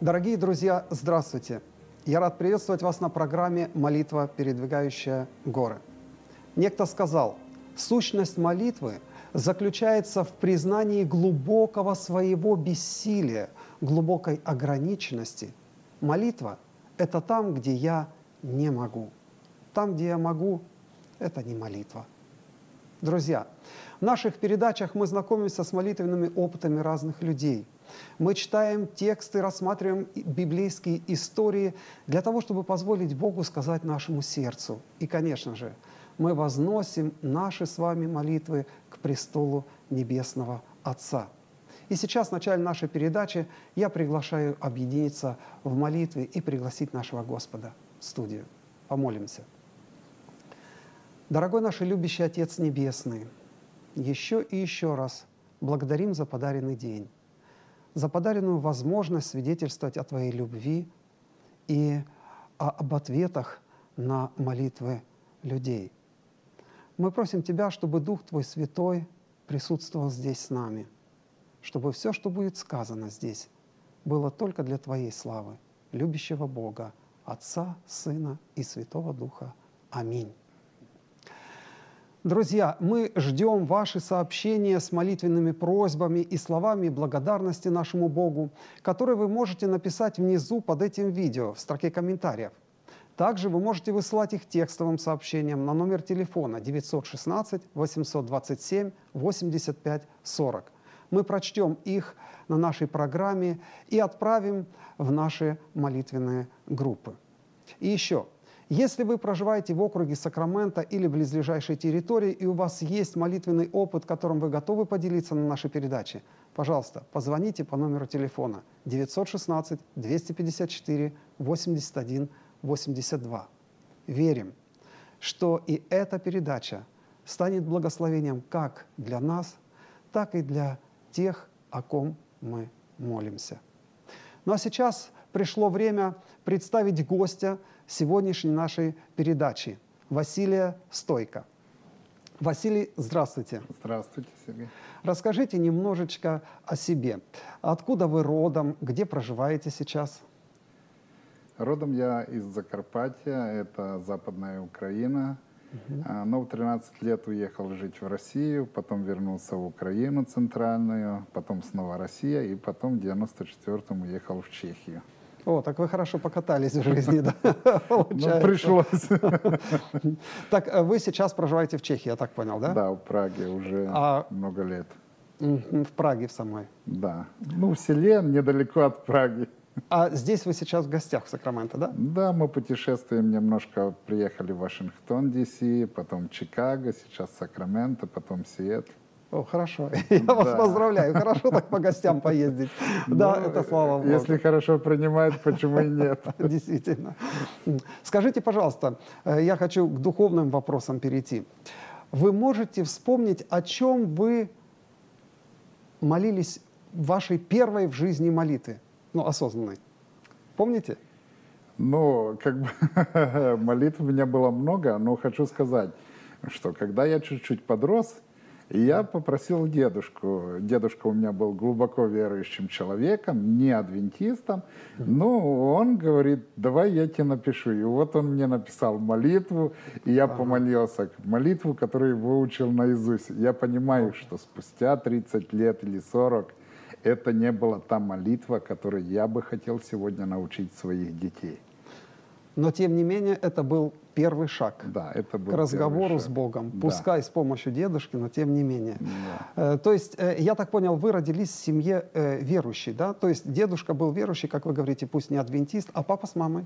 Дорогие друзья, здравствуйте! Я рад приветствовать вас на программе «Молитва, передвигающая горы». Некто сказал, сущность молитвы заключается в признании глубокого своего бессилия, глубокой ограниченности. Молитва – это там, где я не могу. Там, где я могу, это не молитва. Друзья, в наших передачах мы знакомимся с молитвенными опытами разных людей. Мы читаем тексты, рассматриваем библейские истории для того, чтобы позволить Богу сказать нашему сердцу. И, конечно же, мы возносим наши с вами молитвы к престолу Небесного Отца. И сейчас, в начале нашей передачи, я приглашаю объединиться в молитве и пригласить нашего Господа в студию. Помолимся. Дорогой наш и любящий Отец Небесный, еще и еще раз благодарим за подаренный день, за подаренную возможность свидетельствовать о Твоей любви и об ответах на молитвы людей. Мы просим Тебя, чтобы Дух Твой Святой присутствовал здесь с нами, чтобы все, что будет сказано здесь, было только для Твоей славы, любящего Бога, Отца, Сына и Святого Духа. Аминь. Друзья, мы ждем ваши сообщения с молитвенными просьбами и словами благодарности нашему Богу, которые вы можете написать внизу под этим видео в строке комментариев. Также вы можете высылать их текстовым сообщением на номер телефона 916 827 85 40. Мы прочтем их на нашей программе и отправим в наши молитвенные группы. И еще. Если вы проживаете в округе Сакраменто или близлежащей территории, и у вас есть молитвенный опыт, которым вы готовы поделиться на нашей передаче, пожалуйста, позвоните по номеру телефона 916 254 81 82. Верим, что и эта передача станет благословением как для нас, так и для тех, о ком мы молимся. Ну а сейчас пришло время представить гостя сегодняшней нашей передачи – Василия Стойко. Василий, здравствуйте. Здравствуйте, Сергей. Расскажите немножечко о себе. Откуда вы родом, где проживаете сейчас? Родом я из Закарпатья, это Западная Украина. Но в 13 лет уехал жить в Россию, потом вернулся в Украину центральную, потом снова Россия, и потом в 94-м уехал в Чехию. О, так вы хорошо покатались в жизни, да? Ну, пришлось. Так вы сейчас проживаете в Чехии, я так понял, да? Да, в Праге уже много лет. В Праге в самой? Да. Ну, в селе, недалеко от Праги. А здесь вы сейчас в гостях в Сакраменто, да? Да, мы путешествуем немножко. Приехали в Вашингтон, Д.С., потом Чикаго, сейчас Сакраменто, потом Сиэтл. О, хорошо. Я вас поздравляю. Хорошо так по гостям поездить. Да, это слава Богу. Если хорошо принимают, почему и нет? Действительно. Скажите, пожалуйста, я хочу к духовным вопросам перейти. Вы можете вспомнить, о чем вы молились в вашей первой в жизни молитве? Ну, осознанной. Помните? Ну, как бы молитв у меня было много, но хочу сказать, что когда я чуть-чуть подрос, я попросил дедушку. Дедушка у меня был глубоко верующим человеком, не адвентистом, но он говорит, давай я тебе напишу. И вот он мне написал молитву, и я помолился. Молитву, которую выучил наизусть. Я понимаю, что спустя 30 лет или 40 это не была та молитва, которой я бы хотел сегодня научить своих детей. Но, тем не менее, это был первый шаг, да, это был к разговору шаг с Богом. Да. Пускай с помощью дедушки, но тем не менее. Да. То есть, я так понял, вы родились в семье верующей, да? То есть дедушка был верующий, как вы говорите, пусть не адвентист, а папа с мамой?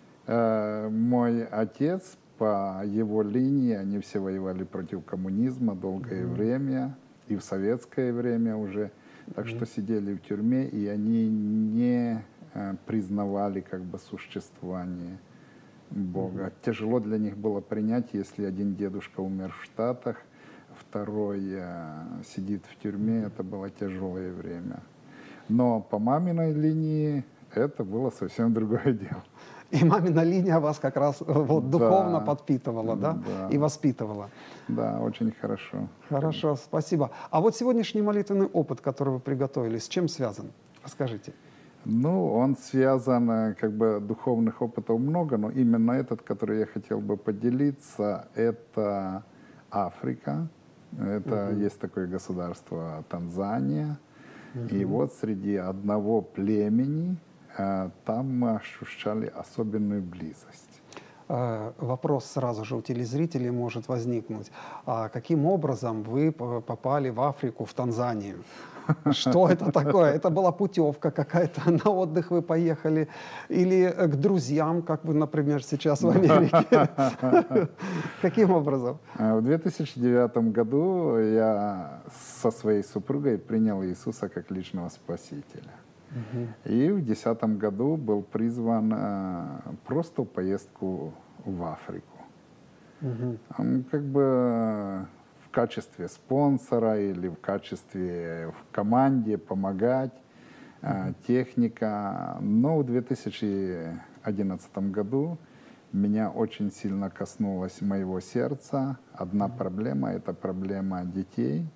Мой отец, по его линии, они все воевали против коммунизма долгое время, и в советское время уже. Так что сидели в тюрьме, и они не признавали как бы существование Бога. Тяжело для них было принять, если один дедушка умер в Штатах, второй сидит в тюрьме, это было тяжелое время. Но по маминой линии это было совсем другое дело. И мамина линия вас как раз вот, духовно подпитывала, да? И воспитывала. Да, очень хорошо. Хорошо, спасибо. А вот сегодняшний молитвенный опыт, который вы приготовили, с чем связан? Расскажите. Ну, он связан, как бы духовных опытов много, но именно этот, который я хотел бы поделиться, это Африка. Это есть такое государство Танзания. И вот среди одного племени там мы ощущали особенную близость. Вопрос сразу же у телезрителей может возникнуть. А каким образом вы попали в Африку, в Танзанию? Что это такое? Это была путевка какая-то, на отдых вы поехали? Или к друзьям, как вы, например, сейчас в Америке? Каким образом? В 2009 году я со своей супругой принял Иисуса как личного спасителя. И в 2010 году был призван просто в поездку в Африку. Как бы в качестве спонсора или в качестве в команде помогать, техника. Но в 2011 году меня очень сильно коснулось моего сердца. Одна проблема — это проблема детей.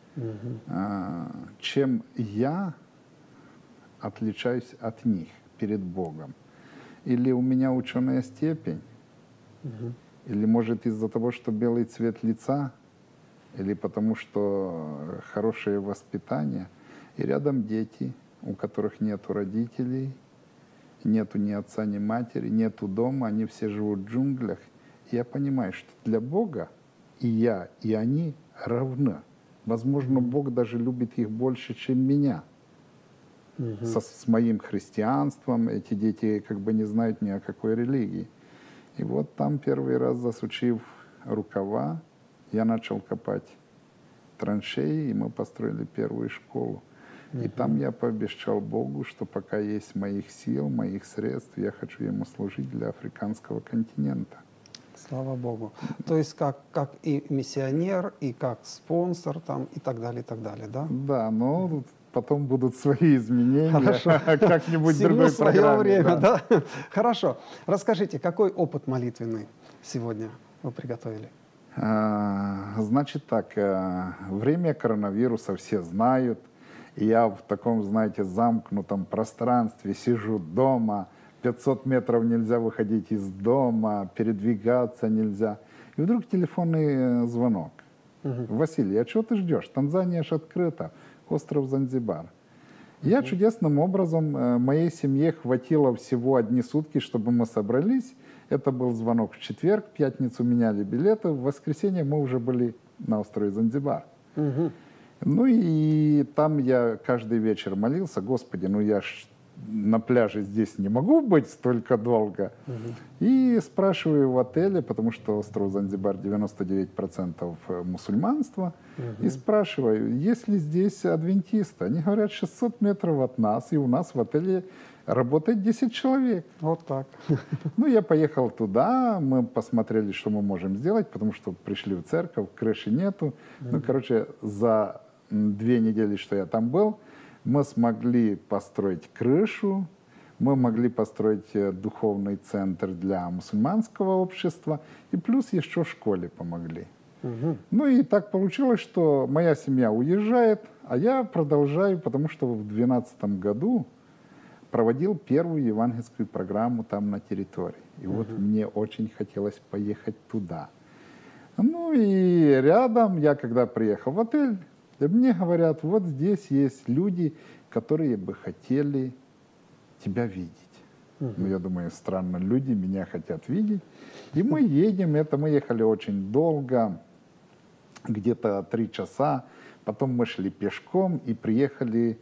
Чем я отличаюсь от них перед Богом? Или у меня ученая степень, или, может, из-за того, что белый цвет лица, или потому что хорошее воспитание. И рядом дети, у которых нету родителей, нету ни отца, ни матери, нету дома, они все живут в джунглях. И я понимаю, что для Бога и я, и они равны. Возможно, Бог даже любит их больше, чем меня. С моим христианством эти дети как бы не знают ни о какой религии. И вот там первый раз, засучив рукава, я начал копать траншеи, и мы построили первую школу. И там я пообещал Богу, что пока есть моих сил, моих средств, я хочу Ему служить для африканского континента. Слава Богу. То есть как и миссионер, и как спонсор там, и так далее, да? Да, но потом будут свои изменения. Хорошо. Как-нибудь в Всему другой свое программе. время, да? Хорошо. Расскажите, какой опыт молитвенный сегодня вы приготовили? Значит так, время коронавируса все знают. И я в таком, знаете, замкнутом пространстве сижу дома. 500 метров нельзя выходить из дома, передвигаться нельзя. И вдруг телефонный звонок. Василий, а чего ты ждешь? Танзания же открыта, остров Занзибар. Я чудесным образом, моей семье хватило всего 1 сутки, чтобы мы собрались. Это был звонок в четверг, в пятницу меняли билеты, в воскресенье мы уже были на острове Занзибар. Ну и там я каждый вечер молился: Господи, ну я ж на пляже здесь не могу быть столько долго. И спрашиваю в отеле, потому что остров Занзибар 99% мусульманства, и спрашиваю, есть ли здесь адвентисты. Они говорят, 600 метров от нас, и у нас в отеле работает 10 человек. Вот так. Ну, я поехал туда, мы посмотрели, что мы можем сделать, потому что пришли в церковь, крыши нету. Ну, короче, за 2 недели, что я там был, мы смогли построить крышу, мы могли построить духовный центр для мусульманского общества, и плюс еще в школе помогли. Ну и так получилось, что моя семья уезжает, а я продолжаю, потому что в 2012 году проводил первую евангельскую программу там на территории. И вот мне очень хотелось поехать туда. Ну и рядом, я когда приехал в отель, мне говорят, вот здесь есть люди, которые бы хотели тебя видеть. Ну, я думаю, странно, люди меня хотят видеть. И мы едем, мы ехали очень долго, где-то 3 часа. Потом мы шли пешком и приехали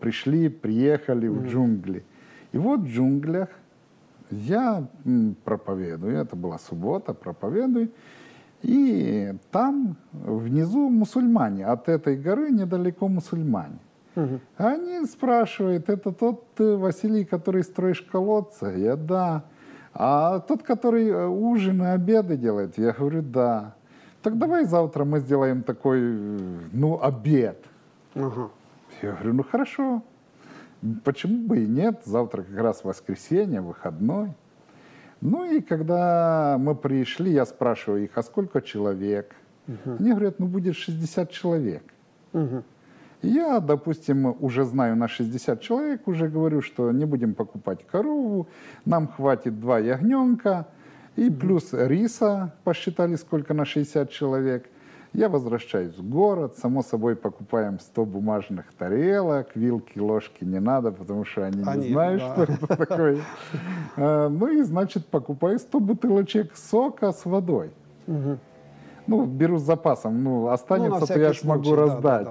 в джунгли. И вот в джунглях я проповедую, это была суббота, проповедую. И там внизу мусульмане, от этой горы недалеко мусульмане. Они спрашивают, это тот Василий, который строишь колодцы? Я: да. А тот, который ужин и обеды делает? Я говорю: да. Так давай завтра мы сделаем такой, обед. Я говорю: ну хорошо. Почему бы и нет? Завтра как раз воскресенье, выходной. Ну и когда мы пришли, я спрашиваю их, а сколько человек? Они говорят, будет 60 человек. Я, допустим, уже знаю на 60 человек, уже говорю, что не будем покупать корову, нам хватит 2 ягненка, и плюс риса, посчитали, сколько на 60 человек. Я возвращаюсь в город, само собой покупаем 100 бумажных тарелок, вилки, ложки не надо, потому что они не знают, да. что это такое. Ну и, значит, покупаю 100 бутылочек сока с водой. Ну, беру с запасом, ну, останется, то я ж могу раздать.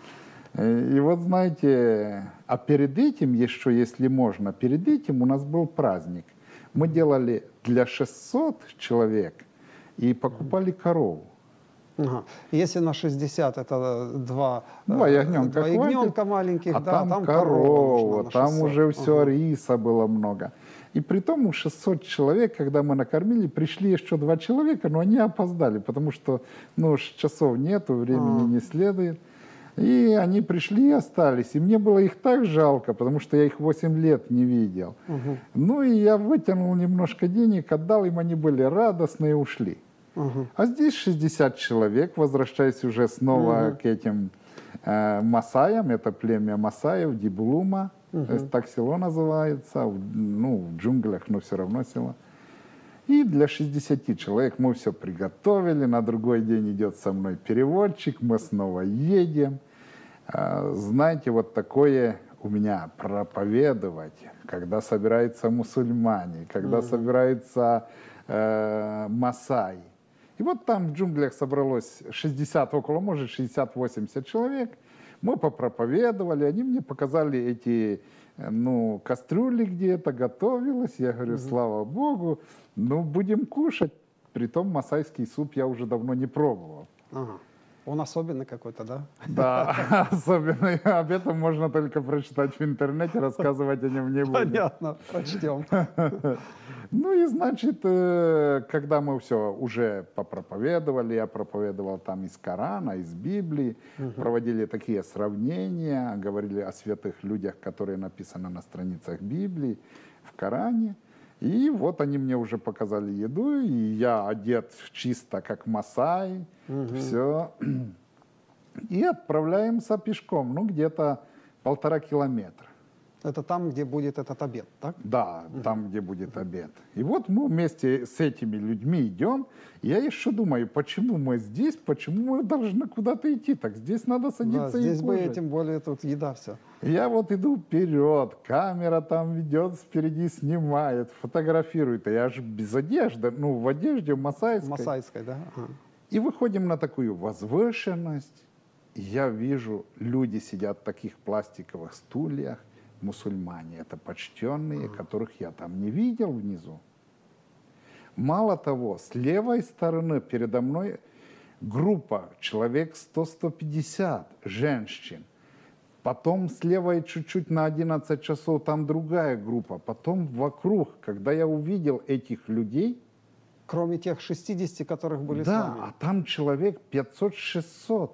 И вот знаете, а перед этим, еще если можно, перед этим у нас был праздник. Мы делали для 600 человек и покупали корову. Ага. Если на 60 это два ягненка, ягненка маленьких, а да, там корова, корова, там уже все, риса было много. И при том у 600 человек, когда мы накормили, пришли еще 2 человека, но они опоздали, потому что ну, часов нету, времени не следует. И они пришли и остались. И мне было их так жалко, потому что я их 8 лет не видел. Ну и я вытянул немножко денег, отдал им, они были радостны и ушли. А здесь 60 человек, возвращаясь уже снова к этим масаям, это племя масаев, Дибулума, так село называется, ну, в джунглях, но все равно село. И для 60 человек мы все приготовили, на другой день идет со мной переводчик, мы снова едем. Знаете, вот такое у меня проповедовать, когда собираются мусульмане, когда собираются масаи. И вот там в джунглях собралось 60, около, может, 60-80 человек. Мы попроповедовали, они мне показали эти, ну, кастрюли, где это готовилось. Я говорю, слава Богу, ну, будем кушать. Притом масайский суп я уже давно не пробовал. Он особенный какой-то, да? Да, особенный. Об этом можно только прочитать в интернете, рассказывать о нем не будем. Понятно, прочтем. Ну и, значит, когда мы все уже попроповедовали, я проповедовал там из Корана, из Библии, проводили такие сравнения, говорили о святых людях, которые написаны на страницах Библии, в Коране. И вот они мне уже показали еду, и я одет чисто как масай, все. И отправляемся пешком, ну где-то 1,5 километра. Это там, где будет этот обед, так? Да, там, где будет обед. И вот мы вместе с этими людьми идем. Я еще думаю, почему мы здесь, почему мы должны куда-то идти? Так здесь надо садиться и здесь кушать. бы, тем более, тут еда вся. Я вот иду вперед, камера там ведет, впереди снимает, фотографирует. А я же без одежды, ну, в одежде масайской. Масайской, да? И выходим на такую возвышенность. И я вижу, люди сидят в таких пластиковых стульях. Мусульмане, это почтенные, которых я там не видел внизу. Мало того, с левой стороны передо мной группа, человек 100-150 женщин. Потом слева чуть-чуть на 11 часов там другая группа. Потом вокруг, когда я увидел этих людей... Кроме тех 60, которых были с Да, вами. а там человек 500-600.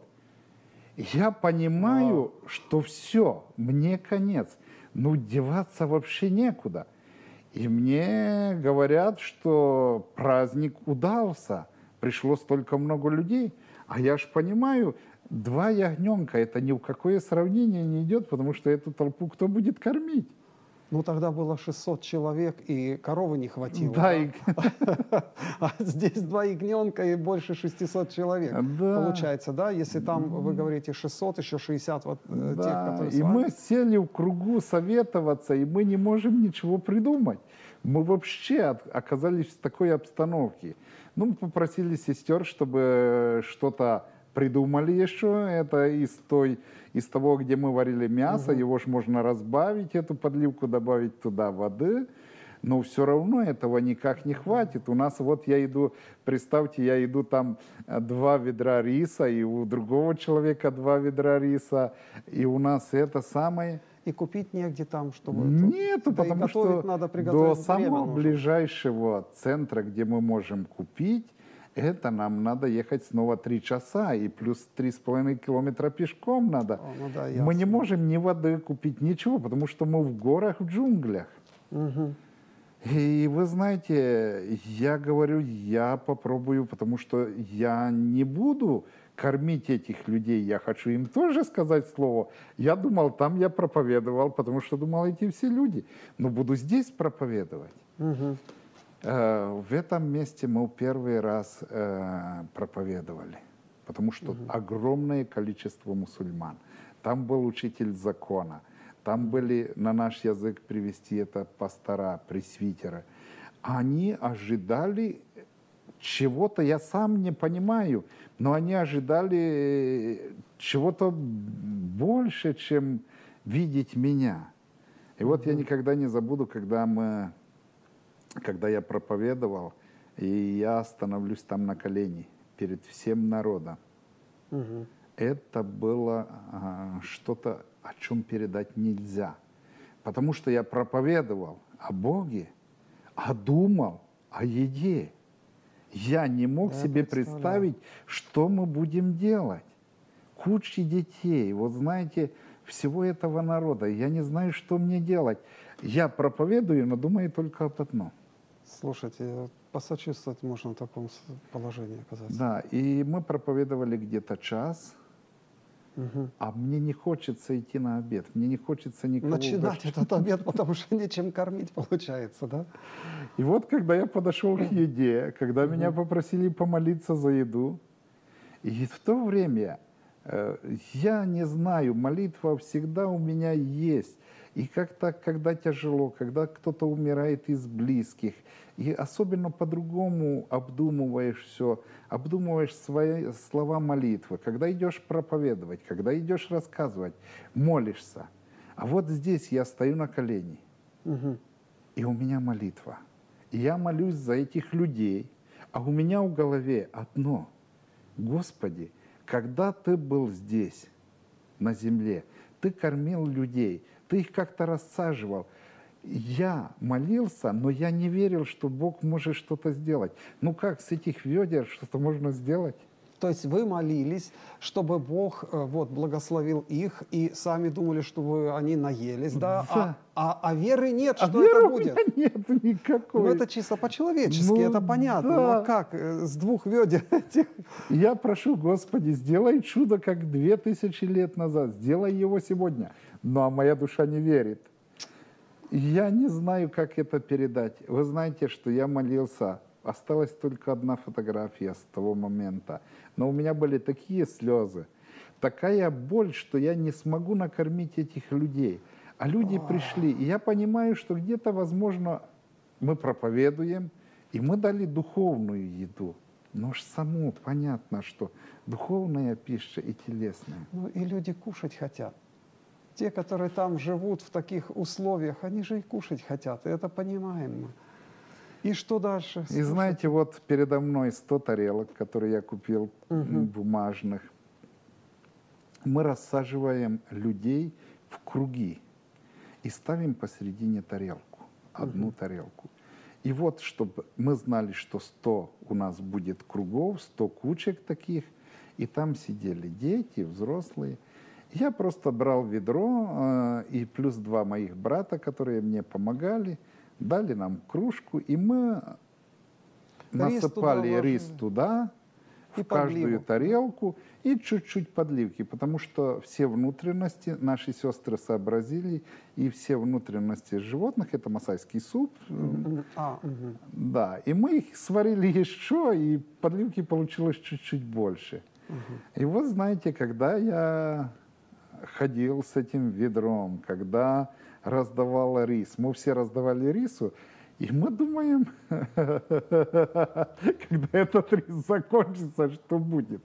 Я понимаю, что все, мне конец. Ну, деваться вообще некуда. И мне говорят, что праздник удался, пришло столько много людей. А я ж понимаю, 2 ягненка, это ни в какое сравнение не идет, потому что эту толпу кто будет кормить? Ну, тогда было 600 человек, и коровы не хватило. Да, А здесь 2 ягненка и больше 600 человек. Да. Получается, да? Если там, вы говорите, 600, еще 60 вот тех, которые с и вами. мы сели в кругу советоваться, и мы не можем ничего придумать. Мы вообще оказались в такой обстановке. Ну, мы попросили сестер, чтобы что-то придумали еще. Это из того, где мы варили мясо, его ж можно разбавить, эту подливку, добавить туда воды. Но все равно этого никак не хватит. У нас вот я иду, представьте, я иду там 2 ведра риса, и у другого человека 2 ведра риса, и у нас это самое... И купить негде там, чтобы... Нету, да, потому что надо до самого ближайшего центра, где мы можем купить, это нам надо ехать снова 3 часа, и плюс 3,5 километра пешком надо. Мы не можем ни воды купить, ничего, потому что мы в горах, в джунглях. И вы знаете, я говорю, я попробую, потому что я не буду кормить этих людей, я хочу им тоже сказать слово. Я думал, там я проповедовал, потому что думал, эти все люди. Но буду здесь проповедовать. Мгм. В этом месте мы первый раз проповедовали, потому что огромное количество мусульман. Там был учитель закона, там были, на наш язык привести это пастора, пресвитеры. Они ожидали чего-то, я сам не понимаю, но они ожидали чего-то больше, чем видеть меня. И вот я никогда не забуду, когда я проповедовал, и я становлюсь там на колени перед всем народом. Мгм. Это было что-то, о чем передать нельзя. Потому что я проповедовал о Боге, а думал о еде. Я не мог Да, я себе представляю. представить, что мы будем делать. Куча детей, вот знаете, всего этого народа. Я не знаю, что мне делать. Я проповедую, но думаю только об одном. Слушайте, посочувствовать можно в таком положении оказаться. Да, и мы проповедовали где-то час, Мгм. а мне не хочется идти на обед, мне не хочется никого Начинать угощать. этот обед, потому что нечем кормить получается, да? И вот когда я подошел к еде, когда меня попросили помолиться за еду, и в то время, я не знаю, молитва всегда у меня есть. И как-то, когда тяжело, когда кто-то умирает из близких, и особенно по-другому обдумываешь все, обдумываешь свои слова молитвы, когда идешь проповедовать, когда идешь рассказывать, молишься. А вот здесь я стою на колени, Мгм. и у меня молитва. И я молюсь за этих людей, а у меня в голове одно. Господи, когда Ты был здесь, на земле, Ты кормил людей, Ты их как-то рассаживал. Я молился, но я не верил, что Бог может что-то сделать. Ну как с этих ведер что-то можно сделать? То есть вы молились, чтобы Бог вот, благословил их, и сами думали, чтобы они наелись, да? Да. А веры нет, А что веры это у меня будет. нет никакой. Ну, это чисто по-человечески, Ну, это понятно. Ну, а да. как с двух ведер этих? Я прошу, Господи, сделай чудо, как 2000 лет назад. Сделай его сегодня. Ну, а моя душа не верит. Я не знаю, как это передать. Вы знаете, что я молился. Осталась только одна фотография с того момента. Но у меня были такие слезы, такая боль, что я не смогу накормить этих людей. А люди пришли, и я понимаю, что где-то, возможно, мы проповедуем, и мы дали духовную еду. Но ж само понятно, что духовная пища и телесная. Ну, и люди кушать хотят. Те, которые там живут в таких условиях, они же и кушать хотят, и это понимаем мы. И что дальше? И знаете, вот передо мной 100 тарелок, которые я купил, бумажных. Мы рассаживаем людей в круги и ставим посередине тарелку, одну тарелку. И вот, чтобы мы знали, что 100 у нас будет кругов, 100 кучек таких, и там сидели дети, взрослые. Я просто брал ведро, и плюс 2 моих брата, которые мне помогали, дали нам кружку, и мы насыпали рис туда, И в каждую подливу. тарелку, и чуть-чуть подливки, потому что все внутренности наши сестры сообразили, и все внутренности животных, это масайский суп, да, и мы их сварили еще, и подливки получилось чуть-чуть больше. И вот знаете, когда я ходил с этим ведром, когда раздавал рис, мы все раздавали рису, и мы думаем, когда этот рис закончится, что будет.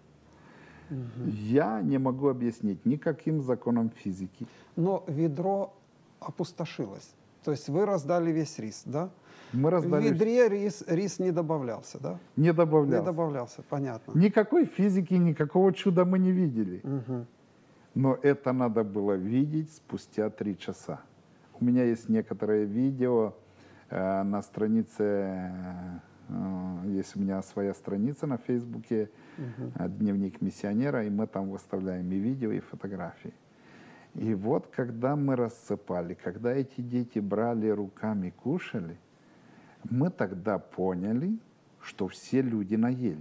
Я не могу объяснить никаким законом физики. Но ведро опустошилось. То есть вы раздали весь рис, да? Мы В раздали... ведре рис не добавлялся, да? Не Не добавлялся. добавлялся, понятно. Никакой физики, никакого чуда мы не видели. Мгм. Но это надо было видеть спустя 3 часа. У меня есть некоторые видео на странице, есть у меня своя страница на Фейсбуке, «Дневник миссионера», и мы там выставляем и видео, и фотографии. И вот когда мы рассыпали, когда эти дети брали руками, кушали, мы тогда поняли, что все люди наелись.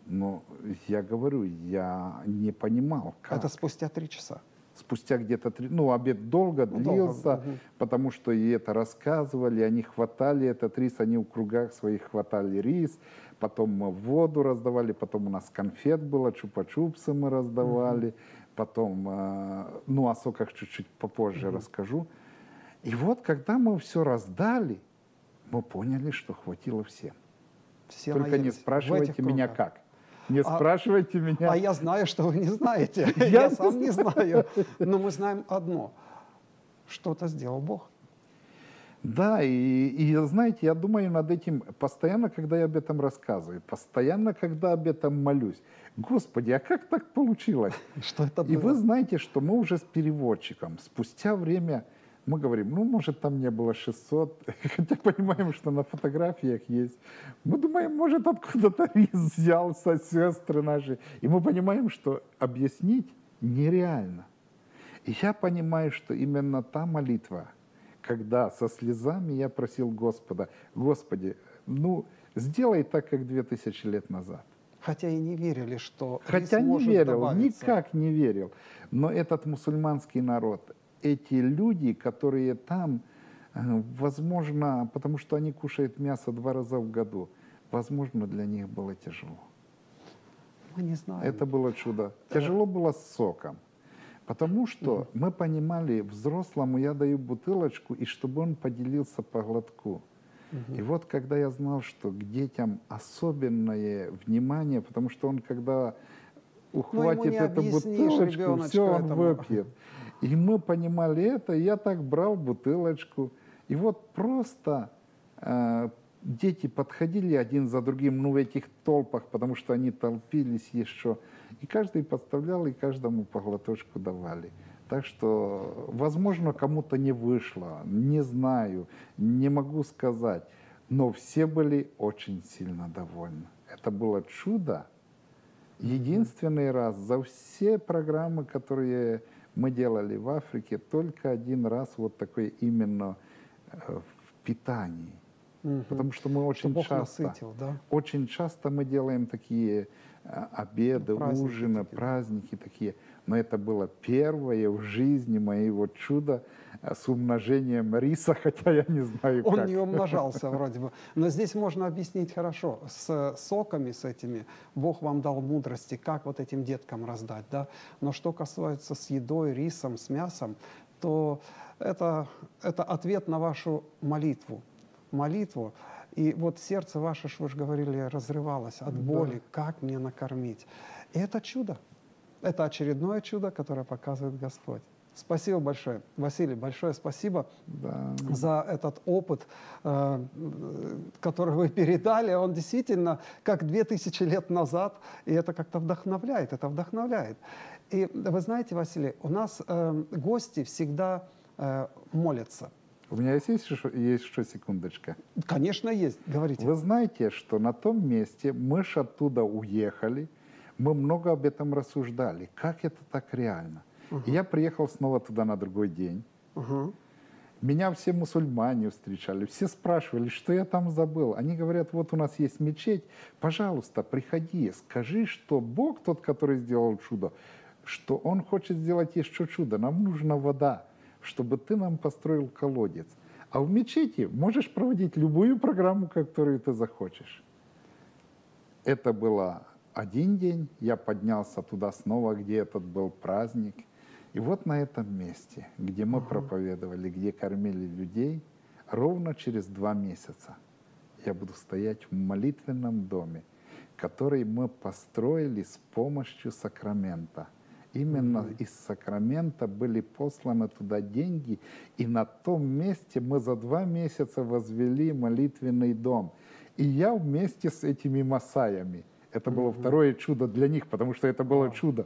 Но я говорю, я не понимал, как. Это спустя 3 часа. Спустя где-то обед долго длился, Долго. потому что и это рассказывали, они хватали этот рис, они в кругах своих хватали рис, потом мы воду раздавали, потом у нас конфет было, чупа-чупсы мы раздавали, потом, о соках чуть-чуть попозже расскажу. И вот, когда мы все раздали, мы поняли, что хватило всем. Все Только не наелись в спрашивайте этих меня кругах. как. Не спрашивайте меня. А я знаю, что вы не знаете. Я Я не сам не знаю. Но мы знаем одно. Что-то сделал Бог. Да, и знаете, я думаю над этим постоянно, когда я об этом рассказываю, постоянно, когда об этом молюсь. Господи, а как так получилось? Что это И было? вы знаете, что мы уже с переводчиком, спустя время, мы говорим, может, там не было 600, хотя понимаем, что на фотографиях есть. Мы думаем, может, откуда-то рис взялся, сестры наши. И мы понимаем, что объяснить нереально. И я понимаю, что именно та молитва, когда со слезами я просил Господа, Господи, сделай так, как 2000 лет назад. Хотя и не верили, что Хотя рис не может верил, добавиться. никак не верил. Но этот мусульманский народ, эти люди, которые там, возможно, потому что они кушают мясо 2 раза в году, возможно, для них было тяжело. Мы не знаем. Это было чудо. Тяжело было с соком. Потому что мы понимали, взрослому я даю бутылочку, и чтобы он поделился по глотку. И вот когда я знал, что к детям особенное внимание, потому что он когда ухватит не эту объяснишь бутылочку, ребеночку все, он этому. выпьет. И мы понимали это, и я так брал бутылочку. И вот просто дети подходили один за другим, в этих толпах, потому что они толпились еще. И каждый подставлял, и каждому по глоточку давали. Так что, возможно, кому-то не вышло, не знаю, не могу сказать. Но все были очень сильно довольны. Это было чудо. Единственный раз за все программы, которые мы делали в Африке, только один раз вот такой именно в питании. Потому что мы очень Бог часто, насытил, да? очень часто мы делаем такие обеды, Праздники ужины, такие. праздники такие. Но это было первое в жизни моего чуда с умножением риса, хотя я не знаю Он как. не умножался вроде бы. Но здесь можно объяснить хорошо. С соками, с этими, Бог вам дал мудрости, как вот этим деткам раздать. Да? Но что касается с едой, рисом, с мясом, то это ответ на вашу молитву. Молитву. И вот сердце ваше, вы же говорили, разрывалось от боли. Как мне накормить? И это чудо. Это очередное чудо, которое показывает Господь. Спасибо большое. Василий, большое спасибо за этот опыт, который вы передали. Он действительно как 2000 лет назад, и это как-то вдохновляет, это вдохновляет. И вы знаете, Василий, у нас гости всегда молятся. У меня есть еще секундочка. Конечно, есть. Говорите. Вы знаете, что на том месте мы ж оттуда уехали, мы много об этом рассуждали. Как это так реально? И я приехал снова туда на другой день. Меня все мусульмане встречали, все спрашивали, что я там забыл. Они говорят, вот у нас есть мечеть, пожалуйста, приходи, скажи, что Бог, тот, который сделал чудо, что Он хочет сделать еще чудо, нам нужна вода, чтобы ты нам построил колодец. А в мечети можешь проводить любую программу, которую ты захочешь. Это было один день, я поднялся туда снова, где этот был праздник. И вот на этом месте, где мы проповедовали, где кормили людей, ровно через 2 месяца я буду стоять в молитвенном доме, который мы построили с помощью сакрамента. Именно из сакрамента были посланы туда деньги, и на том месте мы за 2 месяца возвели молитвенный дом. И я вместе с этими масаями. Это было второе чудо для них, потому что это было чудо.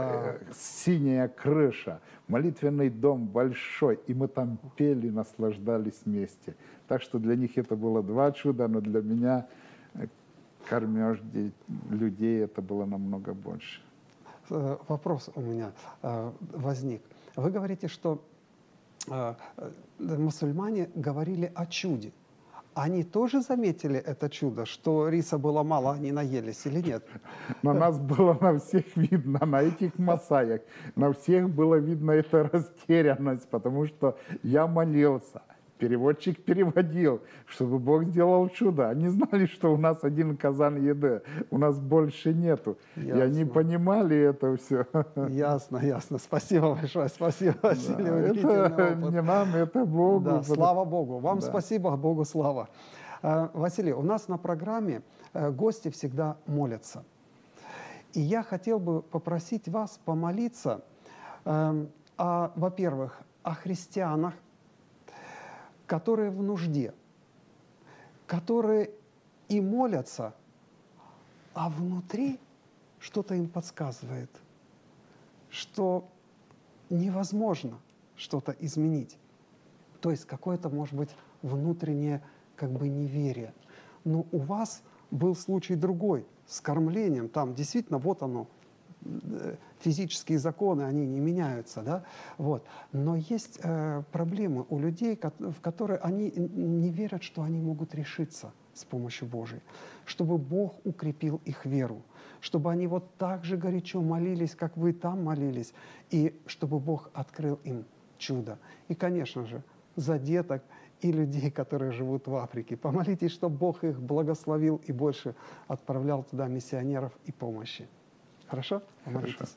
Синяя крыша, молитвенный дом большой, и мы там пели, наслаждались вместе. Так что для них это было 2 чуда, но для меня кормеж людей это было намного больше. Вопрос у меня возник. Вы говорите, что мусульмане говорили о чуде. они тоже заметили это чудо, что риса было мало, они наелись или нет? Но нас было на всех видно, на этих масаях, на всех было видно эта растерянность, потому что я молился. Переводчик переводил, чтобы Бог сделал чудо. Они знали, что у нас один казан еды, у нас больше нету. И они Ясно. понимали это все. Ясно, ясно. Спасибо большое. Спасибо, Василий. Удивительный Это опыт. не нам, это Богу. Да, слава Богу. Вам Да. спасибо, Богу слава. Василий, у нас на программе гости всегда молятся. И я хотел бы попросить вас помолиться, во-первых, о христианах, которые в нужде, которые и молятся, а внутри что-то им подсказывает, что невозможно что-то изменить. То есть какое-то, может быть, внутреннее как бы неверие. Но у вас был случай другой, с кормлением. Там действительно, вот оно, физические законы, они не меняются, да? Вот. Но есть проблемы у людей, в которые они не верят, что они могут решиться с помощью Божией, чтобы Бог укрепил их веру, чтобы они вот так же горячо молились, как вы там молились, и чтобы Бог открыл им чудо. И, конечно же, за деток и людей, которые живут в Африке. Помолитесь, чтобы Бог их благословил и больше отправлял туда миссионеров и помощи. Хорошо? Помолитесь. Хорошо.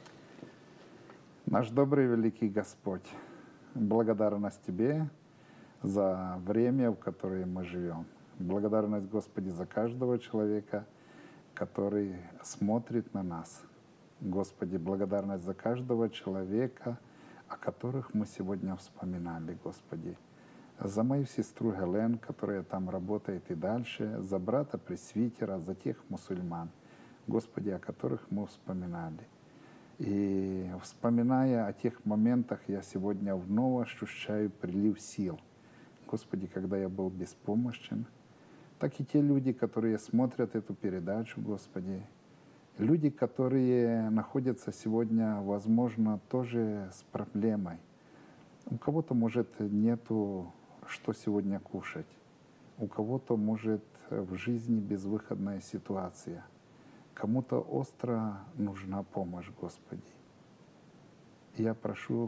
Наш добрый великий Господь, благодарность Тебе за время, в которое мы живем. Благодарность, Господи, за каждого человека, который смотрит на нас. Господи, благодарность за каждого человека, о которых мы сегодня вспоминали, Господи. За мою сестру Гелен, которая там работает и дальше, за брата пресвитера, за тех мусульман, Господи, о которых мы вспоминали. И вспоминая о тех моментах, я сегодня вновь ощущаю прилив сил. Господи, когда я был беспомощен, так и те люди, которые смотрят эту передачу, Господи, люди, которые находятся сегодня, возможно, тоже с проблемой. У кого-то, может, нету, что сегодня кушать. У кого-то, может, в жизни безвыходная ситуация. Кому-то остро нужна помощь, Господи. И я прошу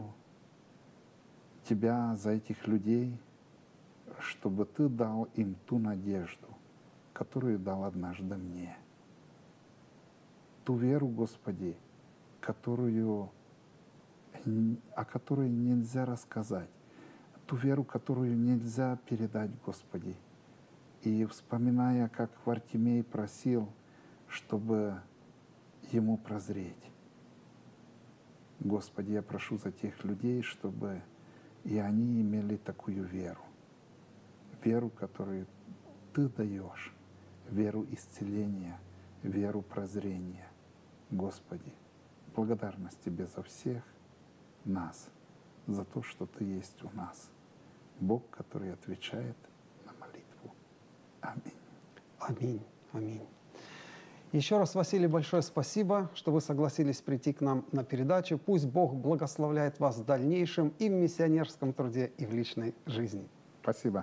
Тебя за этих людей, чтобы Ты дал им ту надежду, которую дал однажды мне. Ту веру, Господи, о которой нельзя рассказать, ту веру, которую нельзя передать, Господи. И вспоминая, как Вартимей просил, чтобы ему прозреть. Господи, я прошу за тех людей, чтобы и они имели такую веру. Веру, которую Ты даешь, веру исцеления, веру прозрения. Господи, благодарность Тебе за всех нас, за то, что Ты есть у нас. Бог, который отвечает на молитву. Аминь. Аминь. Аминь. Еще раз, Василий, большое спасибо, что вы согласились прийти к нам на передачу. Пусть Бог благословляет вас в дальнейшем и в миссионерском труде, и в личной жизни. Спасибо.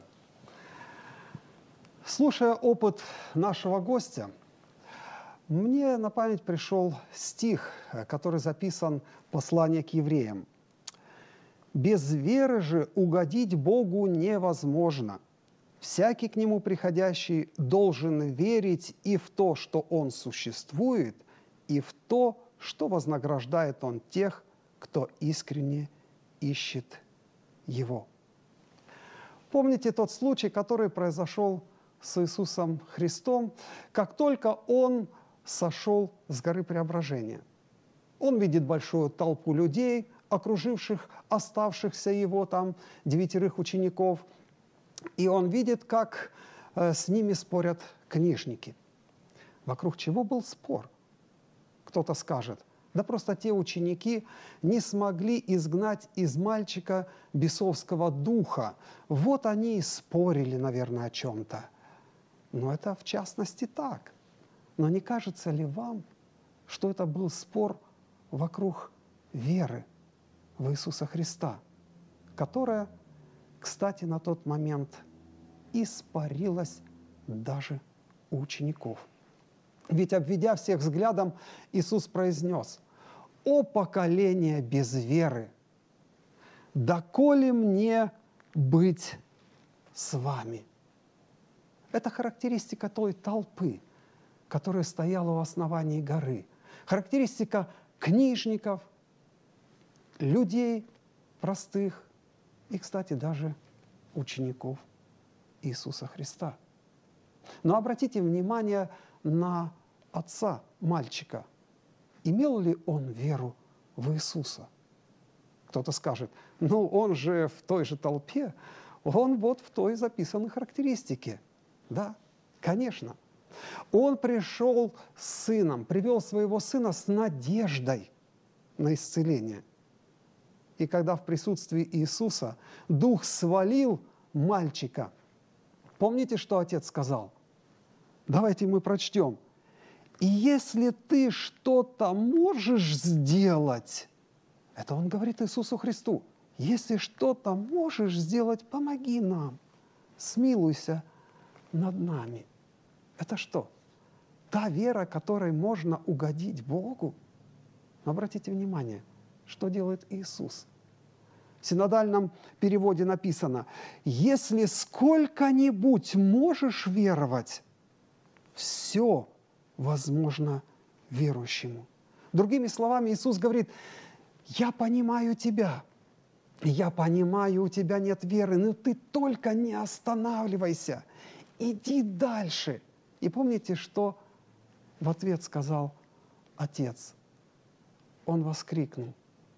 Слушая опыт нашего гостя, мне на память пришел стих, который записан в послании к евреям. «Без веры же угодить Богу невозможно. Всякий к Нему приходящий должен верить и в то, что Он существует, и в то, что вознаграждает Он тех, кто искренне ищет Его». Помните тот случай, который произошел с Иисусом Христом, как только Он сошел с горы Преображения. Он видит большую толпу людей, окруживших оставшихся Его там 9 учеников, и Он видит, как с ними спорят книжники. Вокруг чего был спор? Кто-то скажет, да просто те ученики не смогли изгнать из мальчика бесовского духа. Вот они и спорили, наверное, о чем-то. Но это в частности так. Но не кажется ли вам, что это был спор вокруг веры в Иисуса Христа, которая, кстати, на тот момент испарилась даже у учеников. Ведь, обведя всех взглядом, Иисус произнес: «О поколение без веры! Доколе мне быть с вами?» Это характеристика той толпы, которая стояла у основания горы. Характеристика книжников, людей простых и, кстати, даже учеников Иисуса Христа. Но обратите внимание на отца мальчика. Имел ли он веру в Иисуса? Кто-то скажет: ну он же в той же толпе, он вот в той записанной характеристике. Да, конечно. Он пришел с сыном, привел своего сына с надеждой на исцеление. И когда в присутствии Иисуса дух свалил мальчика, помните, что отец сказал? Давайте мы прочтем. «И если ты что-то можешь сделать», это он говорит Иисусу Христу, «если что-то можешь сделать, помоги нам, смилуйся над нами». Это что? Та вера, которой можно угодить Богу? Но обратите внимание, что делает Иисус. В синодальном переводе написано: «Если сколько-нибудь можешь веровать, все возможно верующему». Другими словами, Иисус говорит: «Я понимаю тебя, я понимаю, у тебя нет веры, но ты только не останавливайся, иди дальше». И помните, что в ответ сказал отец? Он воскликнул: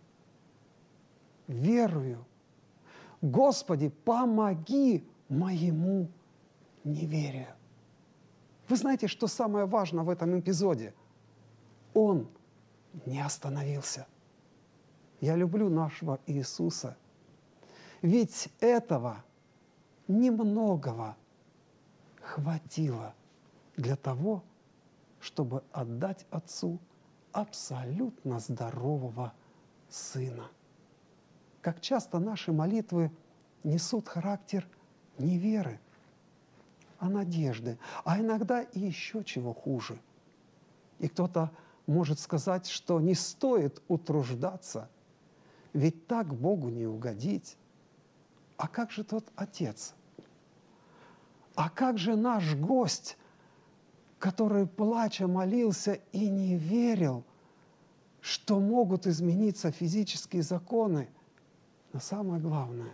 «Верую, Господи, помоги моему неверию». Вы знаете, что самое важное в этом эпизоде? Он не остановился. Я люблю нашего Иисуса, ведь этого немногого хватило для того, чтобы отдать Отцу абсолютно здорового Сына. Как часто наши молитвы несут характер не веры, а надежды, а иногда и еще чего хуже. И кто-то может сказать, что не стоит утруждаться, ведь так Богу не угодить. А как же тот отец? А как же наш гость, который, плача, молился и не верил, что могут измениться физические законы? Но самое главное,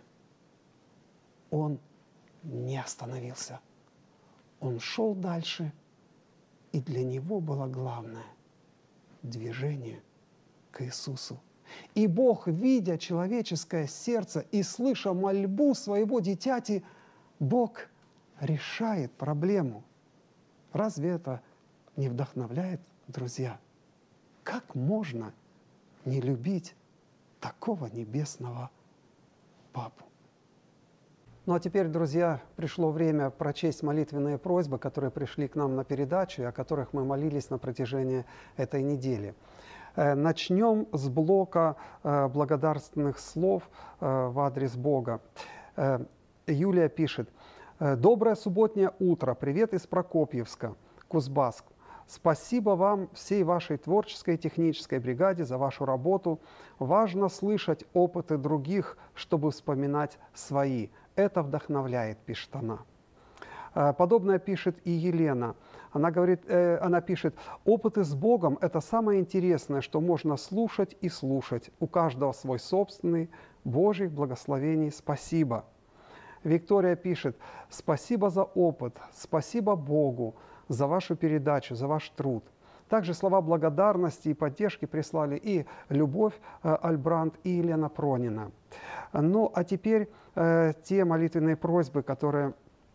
он не остановился. Он шел дальше, и для него было главное – движение к Иисусу. И Бог, видя человеческое сердце и слыша мольбу своего дитяти, Бог решает проблему. Разве это не вдохновляет, друзья? Как можно не любить такого небесного Папу? Ну а теперь, друзья, пришло время прочесть молитвенные просьбы, которые пришли к нам на передачу и о которых мы молились на протяжении этой недели. Начнем с блока благодарственных слов в адрес Бога. Юлия пишет: «Доброе субботнее утро. Привет из Прокопьевска, Кузбасск. Спасибо вам, всей вашей творческой и технической бригаде, за вашу работу. Важно слышать опыты других, чтобы вспоминать свои. Это вдохновляет», пишет она. Подобное пишет и Елена. Она пишет: «Опыты с Богом – это самое интересное, что можно слушать и слушать. У каждого свой собственный. Божьих благословений. Спасибо». Виктория пишет: «Спасибо за опыт, спасибо Богу за вашу передачу, за ваш труд». Также слова благодарности и поддержки прислали и Любовь Альбранд, и Елена Пронина. Ну, а теперь те молитвенные просьбы, которые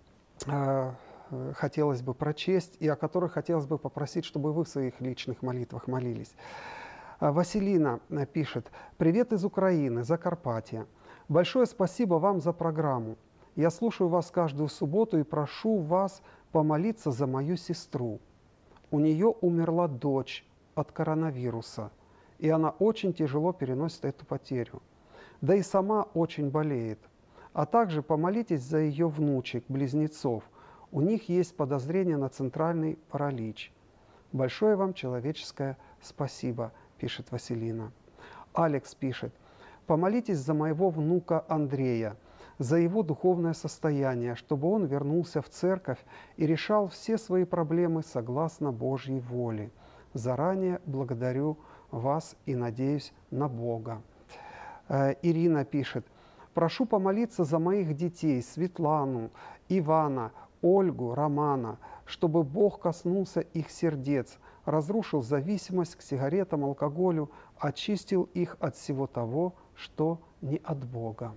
хотелось бы прочесть и о которых хотелось бы попросить, чтобы вы в своих личных молитвах молились. Василина пишет: «Привет из Украины, Закарпатья. Большое спасибо вам за программу. Я слушаю вас каждую субботу и прошу вас помолиться за мою сестру. У нее умерла дочь от коронавируса, и она очень тяжело переносит эту потерю. Да и сама очень болеет. А также помолитесь за ее внучек, близнецов. У них есть подозрение на центральный паралич. Большое вам человеческое спасибо, пишет Василина. Алекс пишет: помолитесь за моего внука Андрея, за его духовное состояние, чтобы он вернулся в церковь и решал все свои проблемы согласно Божьей воле. Заранее благодарю вас и надеюсь на Бога. Ирина пишет: прошу помолиться за моих детей Светлану, Ивана, Ольгу, Романа, чтобы Бог коснулся их сердец, разрушил зависимость к сигаретам, алкоголю, очистил их от всего того, что не от Бога.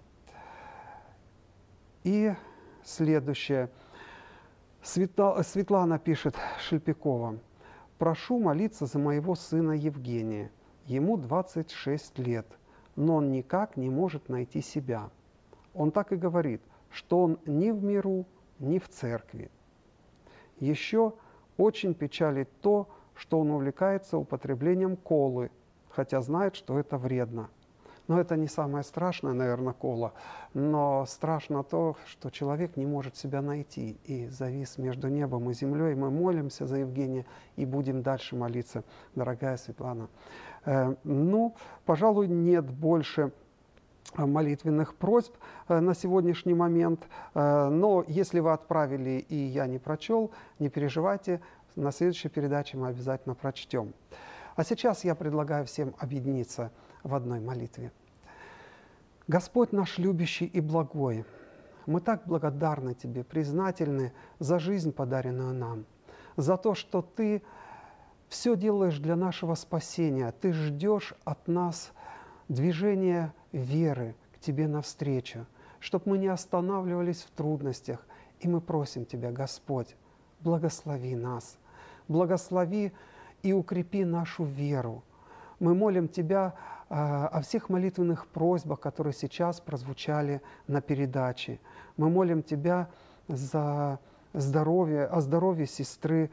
И следующее. Светлана пишет Шельпикова: прошу молиться за моего сына Евгения. Ему 26 лет, но он никак не может найти себя. Он так и говорит, что он ни в миру, ни в церкви. Еще очень печалит то, что он увлекается употреблением колы, хотя знает, что это вредно. Но это не самое страшное, наверное, кола, но страшно то, что человек не может себя найти и завис между небом и землей. Мы молимся за Евгения и будем дальше молиться, дорогая Светлана. Пожалуй, нет больше молитвенных просьб на сегодняшний момент. Но если вы отправили и я не прочел, не переживайте, на следующей передаче мы обязательно прочтем. А сейчас я предлагаю всем объединиться в одной молитве. Господь наш любящий и благой, мы так благодарны Тебе, признательны за жизнь, подаренную нам, за то, что Ты все делаешь для нашего спасения, Ты ждешь от нас движения веры к Тебе навстречу, чтобы мы не останавливались в трудностях. И мы просим Тебя, Господь, благослови нас, благослови и укрепи нашу веру. Мы молим Тебя о всех молитвенных просьбах, которые сейчас прозвучали на передаче. Мы молим Тебя за здоровье, о здоровье сестры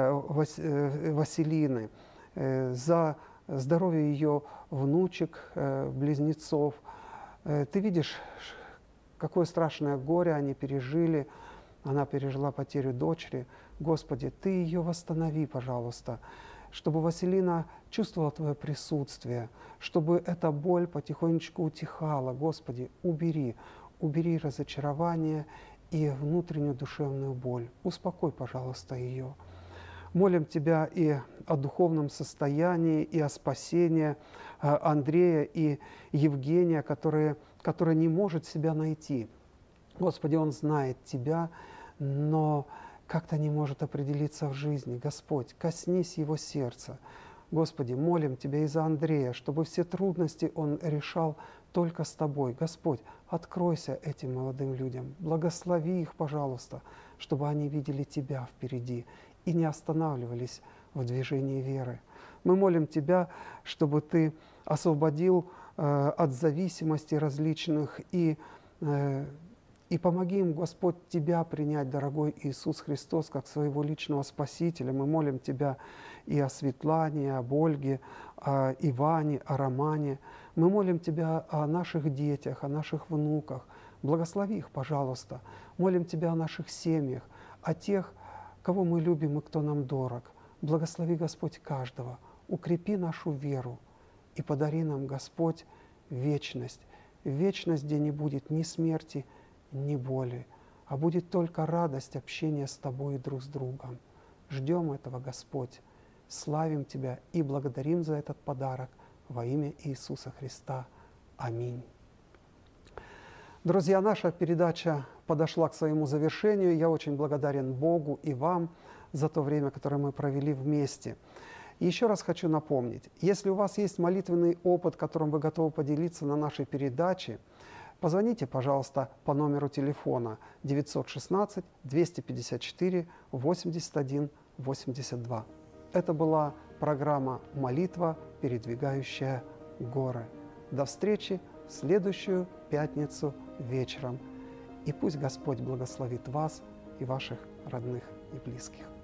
Василины, за здоровье ее внучек, близнецов. Ты видишь, какое страшное горе они пережили. Она пережила потерю дочери. Господи, Ты ее восстанови, пожалуйста, чтобы Василина чувствовала Твое присутствие, чтобы эта боль потихонечку утихала. Господи, убери разочарование и внутреннюю душевную боль. Успокой, пожалуйста, ее. Молим Тебя и о духовном состоянии, и о спасении Андрея и Евгения, который не может себя найти. Господи, он знает Тебя, но как-то не может определиться в жизни. Господь, коснись его сердца. Господи, молим Тебя и за Андрея, чтобы все трудности он решал только с Тобой. Господь, откройся этим молодым людям, благослови их, пожалуйста, чтобы они видели Тебя впереди и не останавливались в движении веры. Мы молим Тебя, чтобы Ты освободил от зависимостей различных и помоги им, Господь, Тебя принять, дорогой Иисус Христос, как своего личного Спасителя. Мы молим Тебя и о Светлане, и об Ольге, о Иване, о Романе. Мы молим Тебя о наших детях, о наших внуках. Благослови их, пожалуйста. Молим Тебя о наших семьях, о тех, кого мы любим и кто нам дорог. Благослови, Господь, каждого. Укрепи нашу веру и подари нам, Господь, вечность. Вечность, где не будет ни смерти, ни боли, а будет только радость общения с Тобой и друг с другом. Ждем этого, Господь, славим Тебя и благодарим за этот подарок во имя Иисуса Христа. Аминь. Друзья, наша передача подошла к своему завершению. Я очень благодарен Богу и вам за то время, которое мы провели вместе. Еще раз хочу напомнить, если у вас есть молитвенный опыт, которым вы готовы поделиться на нашей передаче, позвоните, пожалуйста, по номеру телефона 916-254-81-82. Это была программа «Молитва, передвигающая горы». До встречи в следующую пятницу вечером. И пусть Господь благословит вас и ваших родных и близких.